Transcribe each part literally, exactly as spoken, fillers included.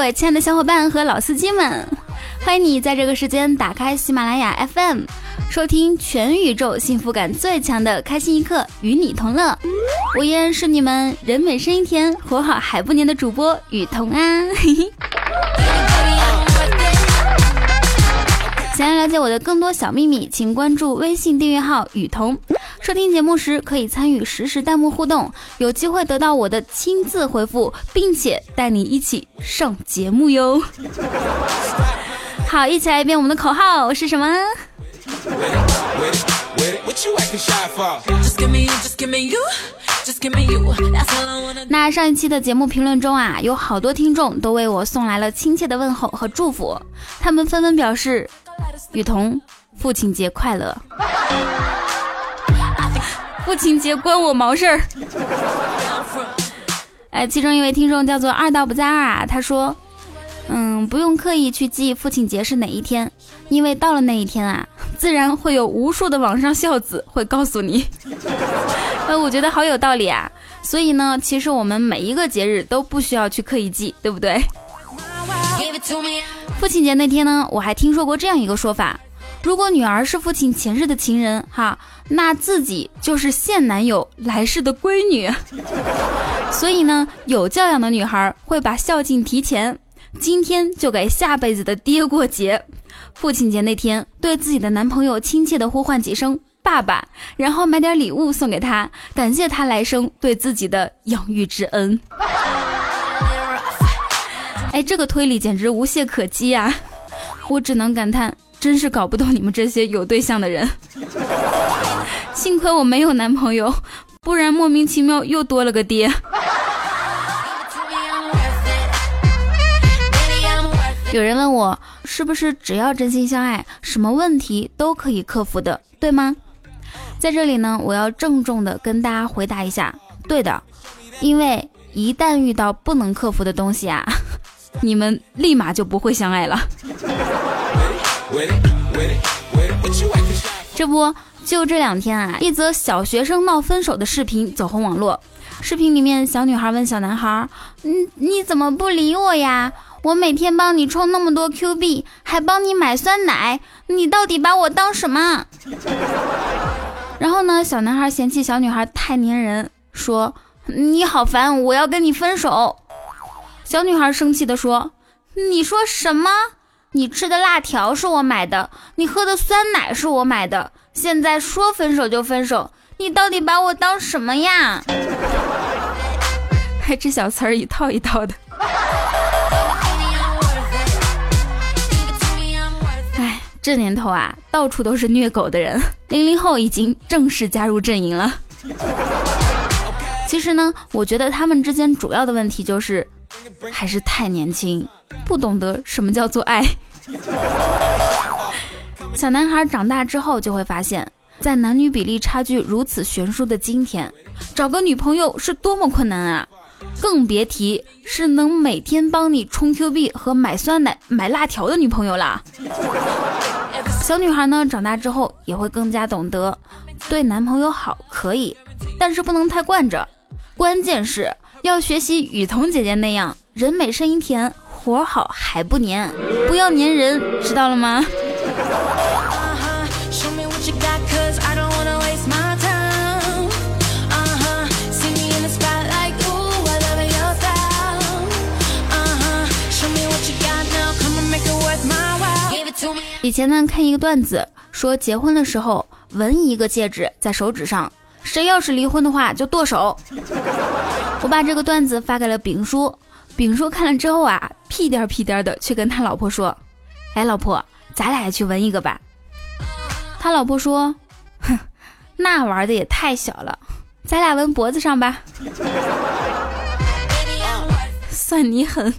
位亲爱的小伙伴和老司机们，欢迎你在这个时间打开喜马拉雅 F M， 收听全宇宙幸福感最强的开心一刻，与你同乐。我依然是你们人美声音甜活好还不黏的主播雨桐啊。想要了解我的更多小秘密，请关注微信订阅号雨桐。收听节目时可以参与实时弹幕互动，有机会得到我的亲自回复，并且带你一起上节目哟。好，一起来一遍我们的口号是什么？那上一期的节目评论中啊，有好多听众都为我送来了亲切的问候和祝福，他们纷纷表示雨桐父亲节快乐。父亲节关我毛事儿。哎，其中一位听众叫做二道不在二啊，他说嗯，不用刻意去记父亲节是哪一天，因为到了那一天啊，自然会有无数的网上孝子会告诉你。呃，我觉得好有道理啊。所以呢，其实我们每一个节日都不需要去刻意记，对不对？父亲节那天呢，我还听说过这样一个说法，如果女儿是父亲前世的情人哈，那自己就是现男友来世的闺女。所以呢，有教养的女孩会把孝敬提前，今天就给下辈子的爹过节。父亲节那天对自己的男朋友亲切地呼唤几声爸爸，然后买点礼物送给他，感谢他来生对自己的养育之恩。哎，这个推理简直无懈可击啊，我只能感叹真是搞不懂你们这些有对象的人。幸亏我没有男朋友，不然莫名其妙又多了个爹。有人问我是不是只要真心相爱，什么问题都可以克服的，对吗？在这里呢，我要郑重的跟大家回答一下，对的。因为一旦遇到不能克服的东西啊，你们立马就不会相爱了。这不就这两天啊，一则小学生闹分手的视频走红网络。视频里面小女孩问小男孩，嗯，你怎么不理我呀？我每天帮你充那么多 Q 币，还帮你买酸奶，你到底把我当什么？然后呢，小男孩嫌弃小女孩太粘人，说你好烦，我要跟你分手。小女孩生气地说，你说什么？你吃的辣条是我买的，你喝的酸奶是我买的，现在说分手就分手，你到底把我当什么呀？还这小词儿一套一套的。哎，这年头啊，到处都是虐狗的人，零零后已经正式加入阵营了。其实呢，我觉得他们之间主要的问题就是还是太年轻，不懂得什么叫做爱。小男孩长大之后就会发现，在男女比例差距如此悬殊的今天，找个女朋友是多么困难啊，更别提是能每天帮你充 Q 币和买酸奶买辣条的女朋友啦。小女孩呢，长大之后也会更加懂得，对男朋友好可以，但是不能太惯着，关键是要学习雨桐姐姐那样人美声音甜活好还不黏，不要黏人，知道了吗？以前呢，看一个段子说，结婚的时候纹一个戒指在手指上，谁要是离婚的话就剁手。我把这个段子发给了丙叔，丙叔看了之后啊，屁颠屁颠的去跟他老婆说，哎，老婆，咱俩也去纹一个吧。他老婆说，哼，那玩的也太小了，咱俩纹脖子上吧。算你狠。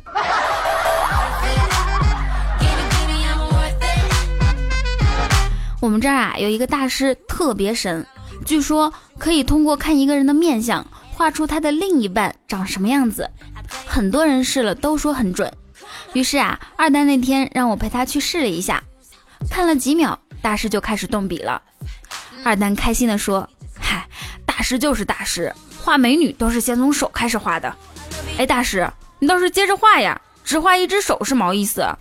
我们这儿啊有一个大师特别神，据说可以通过看一个人的面相画出他的另一半长什么样子，很多人试了都说很准。于是啊，二蛋那天让我陪他去试了一下，看了几秒，大师就开始动笔了。二蛋开心地说，嗨，大师就是大师，画美女都是先从手开始画的。哎，大师你倒是接着画呀， 只画一只手是毛意思？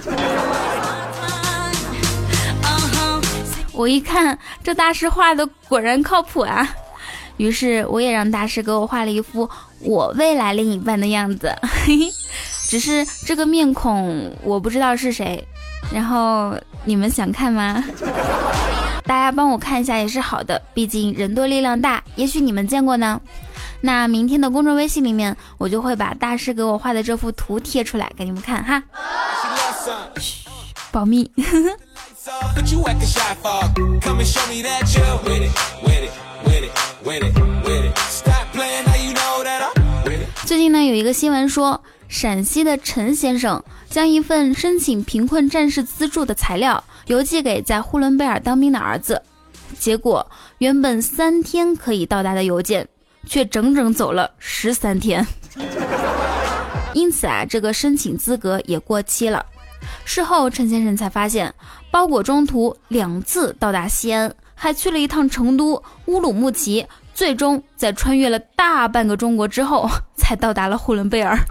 我一看这大师画的果然靠谱啊，于是我也让大师给我画了一副我未来另一半的样子。只是这个面孔我不知道是谁，然后你们想看吗？大家帮我看一下也是好的，毕竟人多力量大，也许你们见过呢。那明天的公众微信里面我就会把大师给我画的这幅图贴出来给你们看哈。嘘，保密。最近呢有一个新闻说，陕西的陈先生将一份申请贫困战士资助的材料邮寄给在呼伦贝尔当兵的儿子，结果原本三天可以到达的邮件却整整走了十三天。因此啊，这个申请资格也过期了。事后陈先生才发现，包裹中途两次到达西安，还去了一趟成都、乌鲁木齐，最终在穿越了大半个中国之后才到达了呼伦贝尔。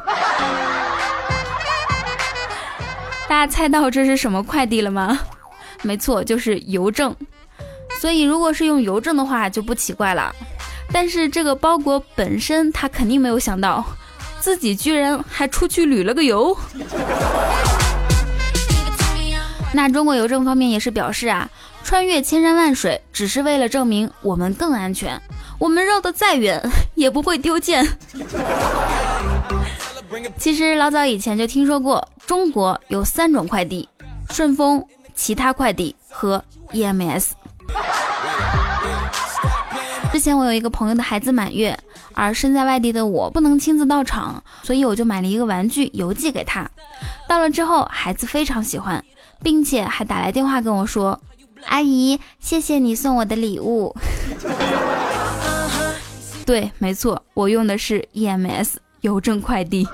大家猜到这是什么快递了吗？没错，就是邮政。所以如果是用邮政的话就不奇怪了，但是这个包裹本身他肯定没有想到自己居然还出去旅了个游。那中国邮政方面也是表示啊，穿越千山万水只是为了证明我们更安全，我们绕得再远也不会丢件。其实老早以前就听说过中国有三种快递，顺丰、其他快递和 E M S。 之前我有一个朋友的孩子满月，而身在外地的我不能亲自到场，所以我就买了一个玩具邮寄给他。到了之后孩子非常喜欢，并且还打来电话跟我说，阿姨谢谢你送我的礼物。对，没错，我用的是 E M S 邮政快递。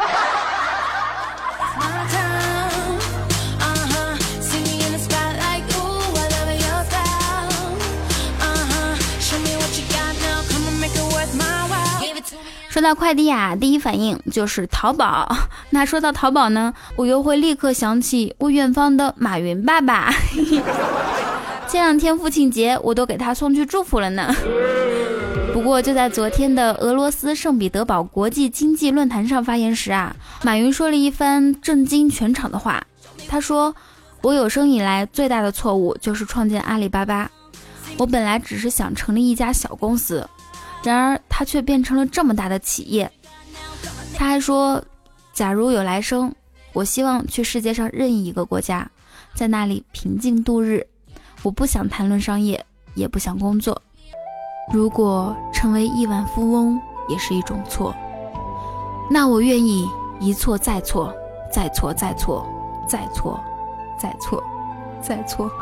说到快递啊，第一反应就是淘宝。那说到淘宝呢，我又会立刻想起我远方的马云爸爸。前两天父亲节我都给他送去祝福了呢。不过就在昨天的俄罗斯圣彼得堡国际经济论坛上发言时啊，马云说了一番震惊全场的话。他说，我有生以来最大的错误就是创建阿里巴巴，我本来只是想成立一家小公司，然而它却变成了这么大的企业。他还说，假如有来生，我希望去世界上任意一个国家，在那里平静度日。我不想谈论商业，也不想工作。如果成为亿万富翁也是一种错，那我愿意一错再错，再错再错，再错再错再错。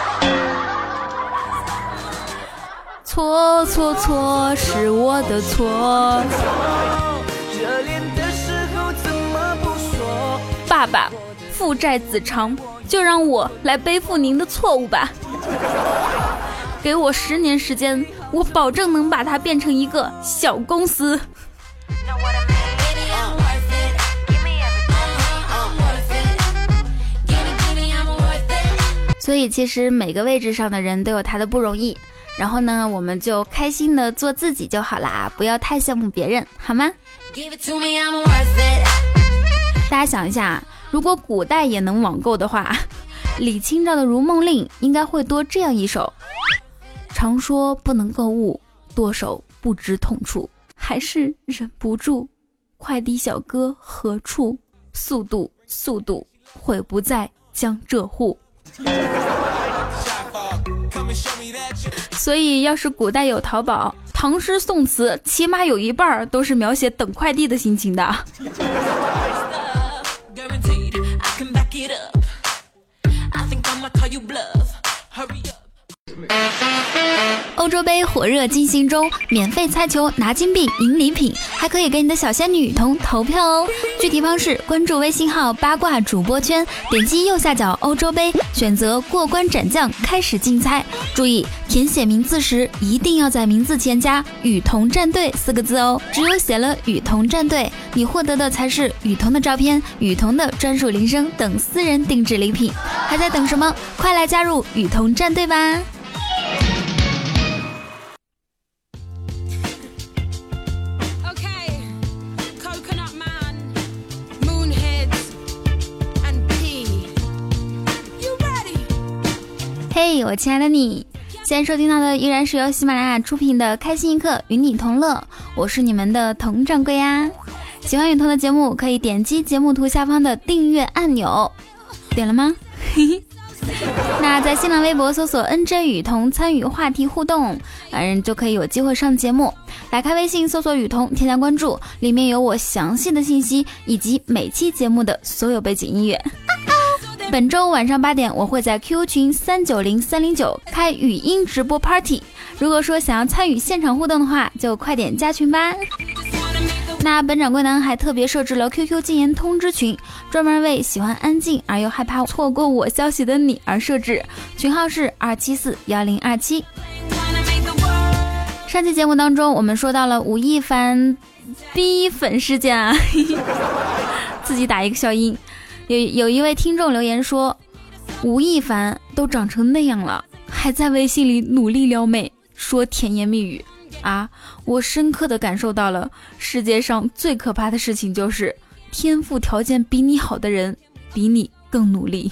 错错错，是我的错。爸爸，父债子偿，就让我来背负您的错误吧。给我十年时间，我保证能把它变成一个小公司。所以其实每个位置上的人都有他的不容易，然后呢，我们就开心的做自己就好啦，不要太羡慕别人，好吗？大家想一下，如果古代也能网购的话，李清照的《如梦令》应该会多这样一首：常说不能购物，剁手不知痛处，还是忍不住。快递小哥何处？速度速度，悔不在江浙沪。所以要是古代有淘宝，唐诗宋词起码有一半都是描写等快递的心情的。 欧洲杯火热进行中，免费猜球拿金币赢礼品，还可以给你的小仙女雨桐投票哦。具体方式关注微信号八卦主播圈，点击右下角欧洲杯，选择过关斩将，开始竞猜。注意填写名字时一定要在名字前加雨桐战队四个字哦，只有写了雨桐战队，你获得的才是雨桐的照片、雨桐的专属铃声等私人定制礼品。还在等什么？快来加入雨桐战队吧！嘿、hey, 我亲爱的你，现在收听到的依然是由喜马拉雅出品的开心一刻与你同乐，我是你们的童掌柜呀。喜欢雨桐的节目可以点击节目图下方的订阅按钮，点了吗？那在新浪微博搜索 N J 雨桐参与话题互动，嗯，就可以有机会上节目。打开微信搜索雨桐，添加关注，里面有我详细的信息以及每期节目的所有背景音乐。本周晚上八点，我会在 Q Q 群三九零三零九开语音直播 party。如果说想要参与现场互动的话，就快点加群吧。那本掌柜呢还特别设置了 Q Q 禁言通知群，专门为喜欢安静而又害怕错过我消息的你而设置，群号是二七四一零二七。上期节目当中，我们说到了吴亦凡逼粉事件啊，自己打一个消音。有有一位听众留言说，吴亦凡都长成那样了，还在微信里努力撩妹，说甜言蜜语啊！我深刻的感受到了，世界上最可怕的事情就是天赋条件比你好的人比你更努力。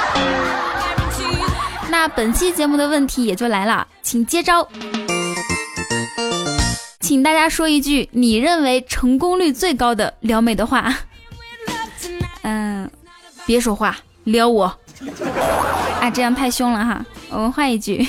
那本期节目的问题也就来了，请接招，请大家说一句你认为成功率最高的撩妹的话。嗯，别说话，撩我啊，这样太凶了哈。我们换一句，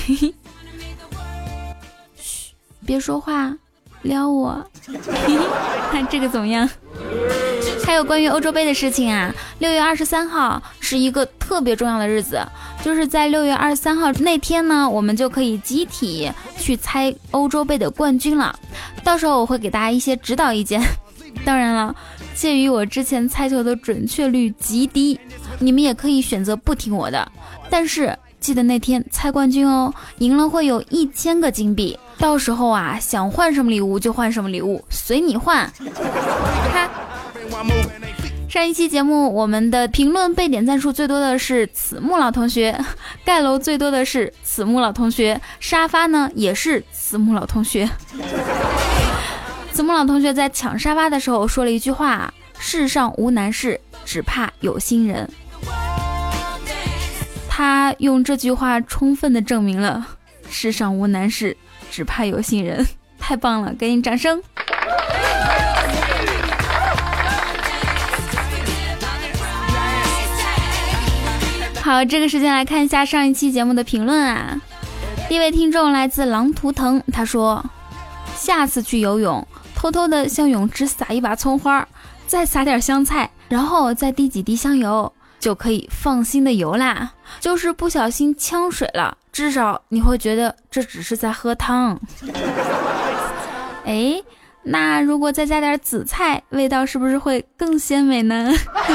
嘘，别说话，撩我。看这个怎么样？还有关于欧洲杯的事情啊，六月二十三号是一个特别重要的日子，就是在六月二十三号那天呢，我们就可以集体去猜欧洲杯的冠军了。到时候我会给大家一些指导意见。当然了，鉴于我之前猜球的准确率极低，你们也可以选择不听我的，但是记得那天猜冠军哦，赢了会有一千个金币，到时候啊，想换什么礼物就换什么礼物，随你换。哈。上一期节目我们的评论被点赞数最多的是此木老同学，盖楼最多的是此木老同学，沙发呢也是此木老同学。子木老同学在抢沙发的时候说了一句话，世上无难事，只怕有心人。他用这句话充分的证明了世上无难事，只怕有心人。太棒了，给你掌声。好，这个时间来看一下上一期节目的评论啊。第一位听众来自狼图腾，他说下次去游泳偷偷的向泳池撒一把葱花，再撒点香菜，然后再滴几滴香油，就可以放心的游啦。就是不小心呛水了，至少你会觉得这只是在喝汤。哎，那如果再加点紫菜，味道是不是会更鲜美呢？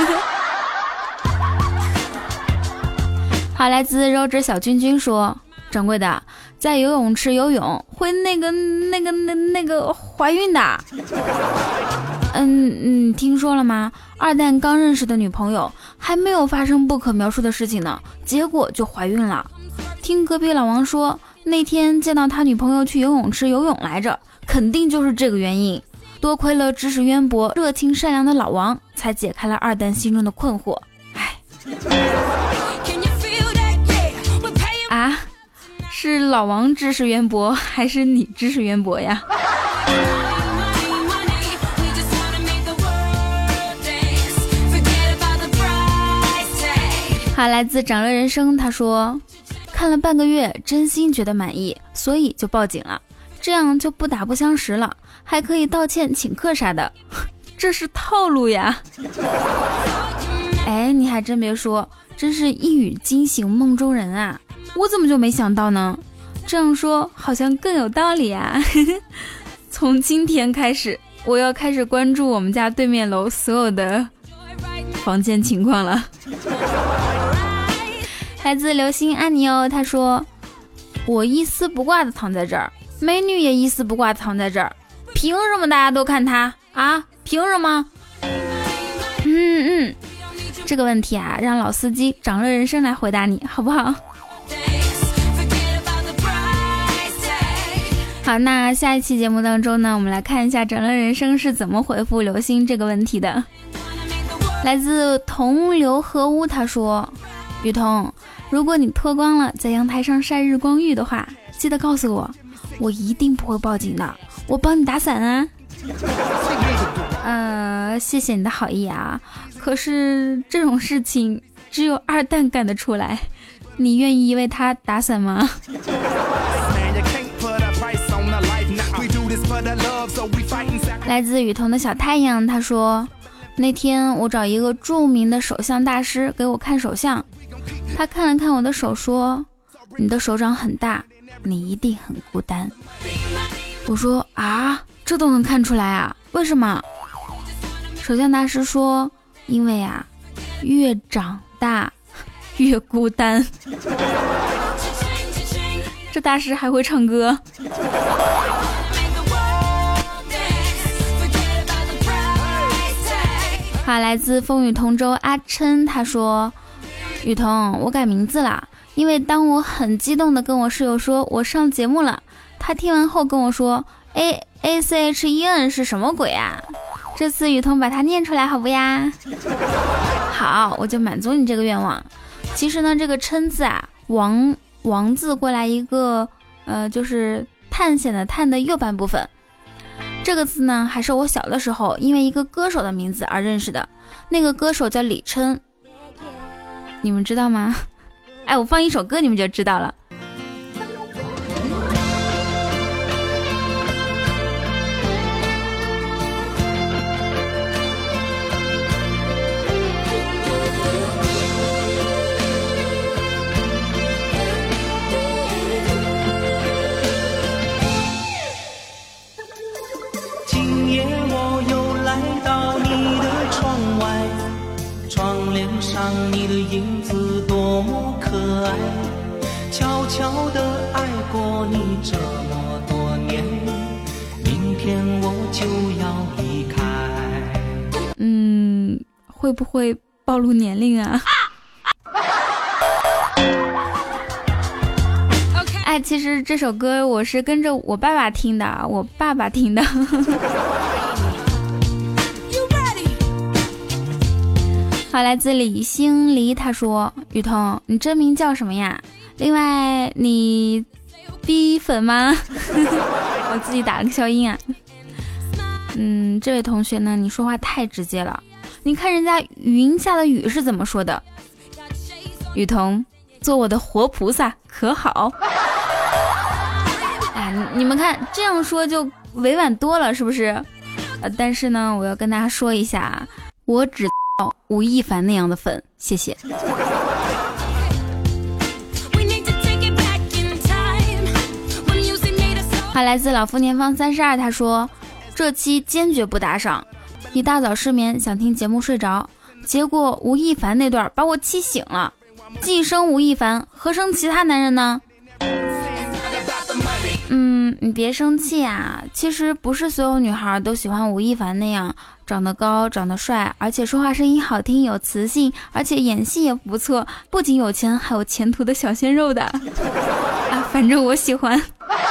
好，来自肉汁小君君说，掌柜的，在游泳池游泳会那个那个那那个怀孕的。嗯嗯，听说了吗？二蛋刚认识的女朋友还没有发生不可描述的事情呢，结果就怀孕了。听隔壁老王说，那天见到他女朋友去游泳池游泳来着，肯定就是这个原因。多亏了知识渊博、热情善良的老王，才解开了二蛋心中的困惑。唉。啊，是老王知识渊博还是你知识渊博呀？好，来自掌乐人生，他说看了半个月，真心觉得满意，所以就报警了，这样就不打不相识了，还可以道歉请客啥的，这是套路呀。哎，你还真别说，真是一语惊醒梦中人啊，我怎么就没想到呢？ 这样说好像更有道理啊。从今天开始，我要开始关注我们家对面楼所有的房间情况了。来自流星安妮哦，他说我一丝不挂的躺在这儿，美女也一丝不挂的躺在这儿，凭什么大家都看他啊？凭什么？嗯嗯，这个问题啊，让老司机掌乐人生来回答你好不好？好，那下一期节目当中呢，我们来看一下掌乐人生是怎么回复流星这个问题的。来自同流合污，他说雨桐，如果你脱光了在阳台上晒日光浴的话，记得告诉我，我一定不会报警的，我帮你打伞啊。呃，谢谢你的好意啊，可是这种事情只有二蛋干得出来，你愿意为他打伞吗？来自雨桐的小太阳，他说那天我找一个著名的手相大师给我看手相，他看了看我的手说，你的手掌很大，你一定很孤单。我说啊，这都能看出来啊？为什么？手相大师说，因为啊，越长大越孤单。这大师还会唱歌。好，来自风雨同舟阿琛，他说雨桐，我改名字了，因为当我很激动的跟我室友说我上节目了，他听完后跟我说 A A C H E N 是什么鬼啊？这次雨桐把它念出来好不呀？好，我就满足你这个愿望。其实呢，这个琛字啊，王王字过来一个呃，就是探险的探的右半部分。这个字呢，还是我小的时候因为一个歌手的名字而认识的，那个歌手叫李琛，你们知道吗？哎，我放一首歌你们就知道了。 你的影子多么可爱，悄悄地爱过你这么多年，明天我就要离开。 嗯，会不会暴露年龄啊？哎，其实这首歌我是跟着我爸爸听的，我爸爸听的。好，来自李星离，他说雨桐，你真名叫什么呀？另外你逼粉吗？我自己打了个消音啊。嗯，这位同学呢，你说话太直接了，你看人家云下的雨是怎么说的？雨桐，做我的活菩萨可好？哎，你们看这样说就委婉多了是不是？呃，但是呢，我要跟大家说一下，我只吴亦凡那样的粉，谢谢。好，来自老夫年方三十二，他说这期坚决不打赏，一大早失眠想听节目睡着，结果吴亦凡那段把我气醒了。既生吴亦凡，何生其他男人呢？嗯，你别生气啊，其实不是所有女孩都喜欢吴亦凡那样长得高长得帅，而且说话声音好听有磁性，而且演戏也不错，不仅有钱还有前途的小鲜肉的啊，反正我喜欢。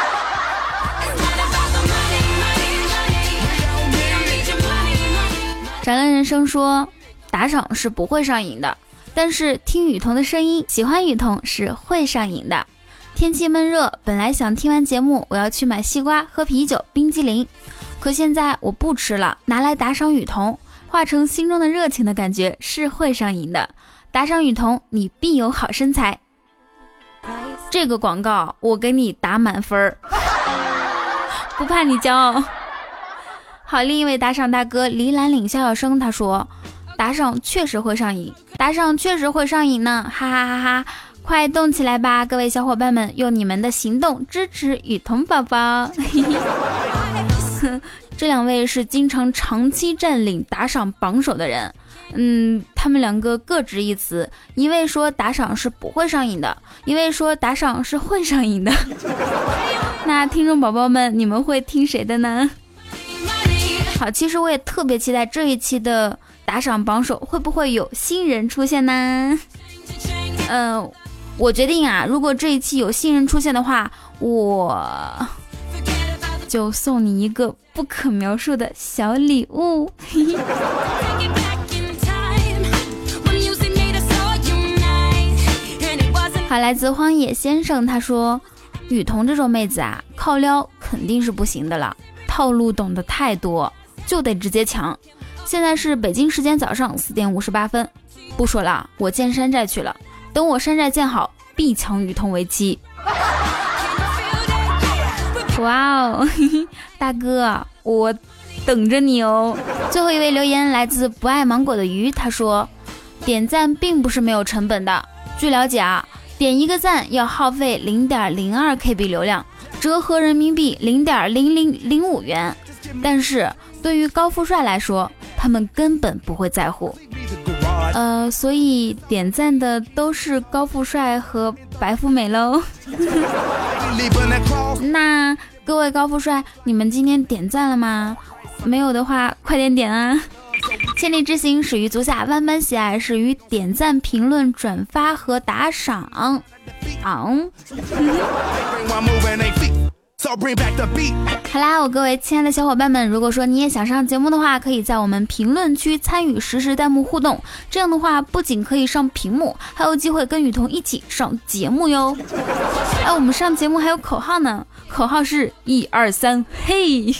展览人生说打赏是不会上瘾的，但是听雨桐的声音喜欢雨桐是会上瘾的。天气闷热，本来想听完节目我要去买西瓜喝啤酒冰激凌，可现在我不吃了，拿来打赏雨桐，化成心中的热情的感觉是会上瘾的。打赏雨桐，你必有好身材。这个广告我给你打满分，不怕你骄傲。好，另一位打赏大哥黎兰岭笑笑生，他说打赏确实会上瘾，打赏确实会上瘾呢，哈哈哈哈！ 快动起来吧，各位小伙伴们，用你们的行动支持雨桐宝宝。这两位是经常长期占领打赏榜首的人，嗯，他们两个各执一词，一位说打赏是不会上瘾的，一位说打赏是会上瘾的。那听众宝宝们，你们会听谁的呢？好，其实我也特别期待这一期的打赏榜首会不会有新人出现呢？嗯、呃，我决定啊，如果这一期有新人出现的话，我就送你一个不可描述的小礼物。好，来自荒野先生，他说雨桐这种妹子啊，靠撩肯定是不行的了，套路懂得太多，就得直接抢。现在是北京时间早上四点五十八分，不说了，我建山寨去了，等我山寨建好，必抢雨桐为妻。哇哦，大哥，我等着你哦。最后一位留言来自不爱芒果的鱼，他说点赞并不是没有成本的，据了解啊，点一个赞要耗费 零点零二 K B 流量，折合人民币 零点零零零五元，但是对于高富帅来说，他们根本不会在乎。呃，所以点赞的都是高富帅和白富美喽。那各位高富帅，你们今天点赞了吗？没有的话，快点点啊！千里之行始于足下，万般喜爱始于点赞、评论、转发和打赏。昂、好啦，我各位亲爱的小伙伴们，如果说你也想上节目的话，可以在我们评论区参与实时弹幕互动，这样的话不仅可以上屏幕，还有机会跟雨桐一起上节目哟。哎，我们上节目还有口号呢，口号是一二三嘿。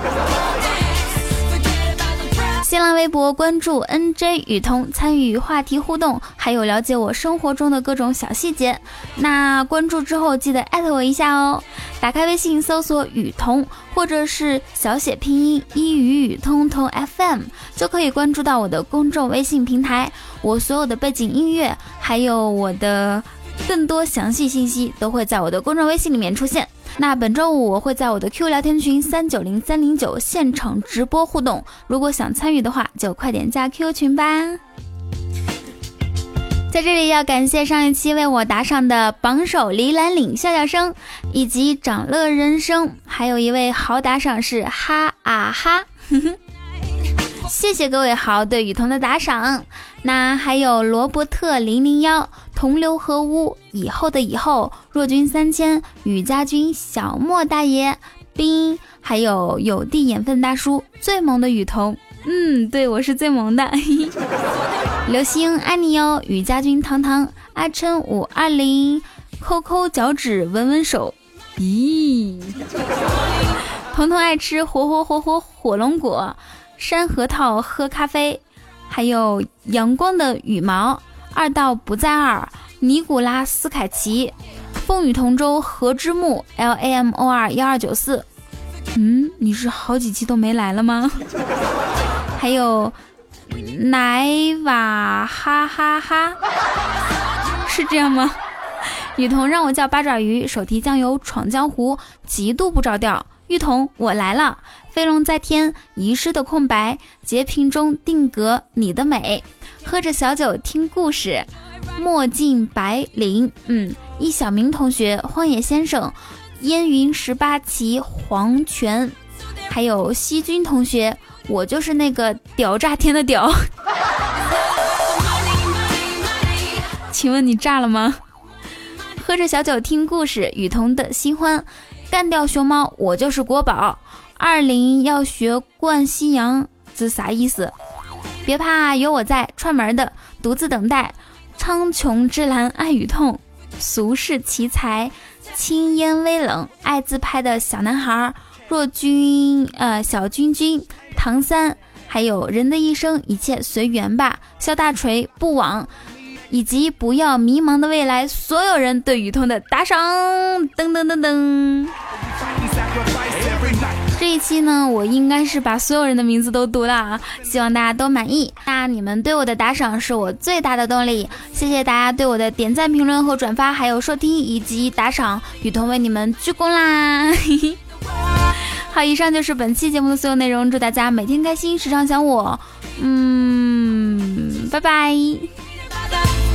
新浪微博关注 N J 雨桐，参与话题互动，还有了解我生活中的各种小细节。那关注之后记得艾特我一下哦。打开微信搜索雨桐，或者是小写拼音一语雨通通 F M， 就可以关注到我的公众微信平台。我所有的背景音乐，还有我的更多详细信息都会在我的公众微信里面出现。那本周五我会在我的 Q 聊天群三九零三零九现场直播互动，如果想参与的话就快点加 Q 群吧。在这里要感谢上一期为我打赏的榜首梨兰岭笑笑声以及长乐人生，还有一位好打赏是哈啊哈，呵呵，谢谢各位好对雨桐的打赏。那还有罗伯特零零一，同流合污，以后的以后，若君三千，雨家军，小莫大爷，冰，还有有地眼粪大叔，最萌的雨桐，嗯，对，我是最萌的。流星爱你哟，雨家军糖糖，阿琛五二零，抠抠脚趾闻闻手，咦，彤彤爱吃火火火火火龙果，山核桃喝咖啡，还有阳光的羽毛，二道不在二，尼古拉斯凯奇，风雨同舟何之木 L A M O R 一二九四，嗯，你是好几期都没来了吗？还有奶瓦哈哈哈，是这样吗？雨桐让我叫八爪鱼，手提酱油闯江湖，极度不着调。雨桐我来了，飞龙在天，遗失的空白，截屏中定格你的美，喝着小酒听故事，墨镜白绫，嗯，易小明同学，荒野先生，烟云十八旗，黄泉，还有西君同学，我就是那个屌炸天的屌。请问你炸了吗？喝着小酒听故事，雨桐的新欢，干掉熊猫，我就是国宝。二零要学灌西洋，这啥意思？别怕，有我在。串门的，独自等待。苍穹之蓝爱与痛，俗世奇才，轻烟微冷，爱自拍的小男孩，若君，呃，小君君，唐三，还有人的一生，一切随缘吧。肖大锤，不枉。以及不要迷茫的未来，所有人对雨桐的打赏，噔噔噔噔。 这一期呢，我应该是把所有人的名字都读了啊，希望大家都满意。那你们对我的打赏是我最大的动力，谢谢大家对我的点赞、评论和转发，还有收听以及打赏，雨桐为你们鞠躬啦！好，以上就是本期节目的所有内容，祝大家每天开心，时常想我，嗯，拜拜。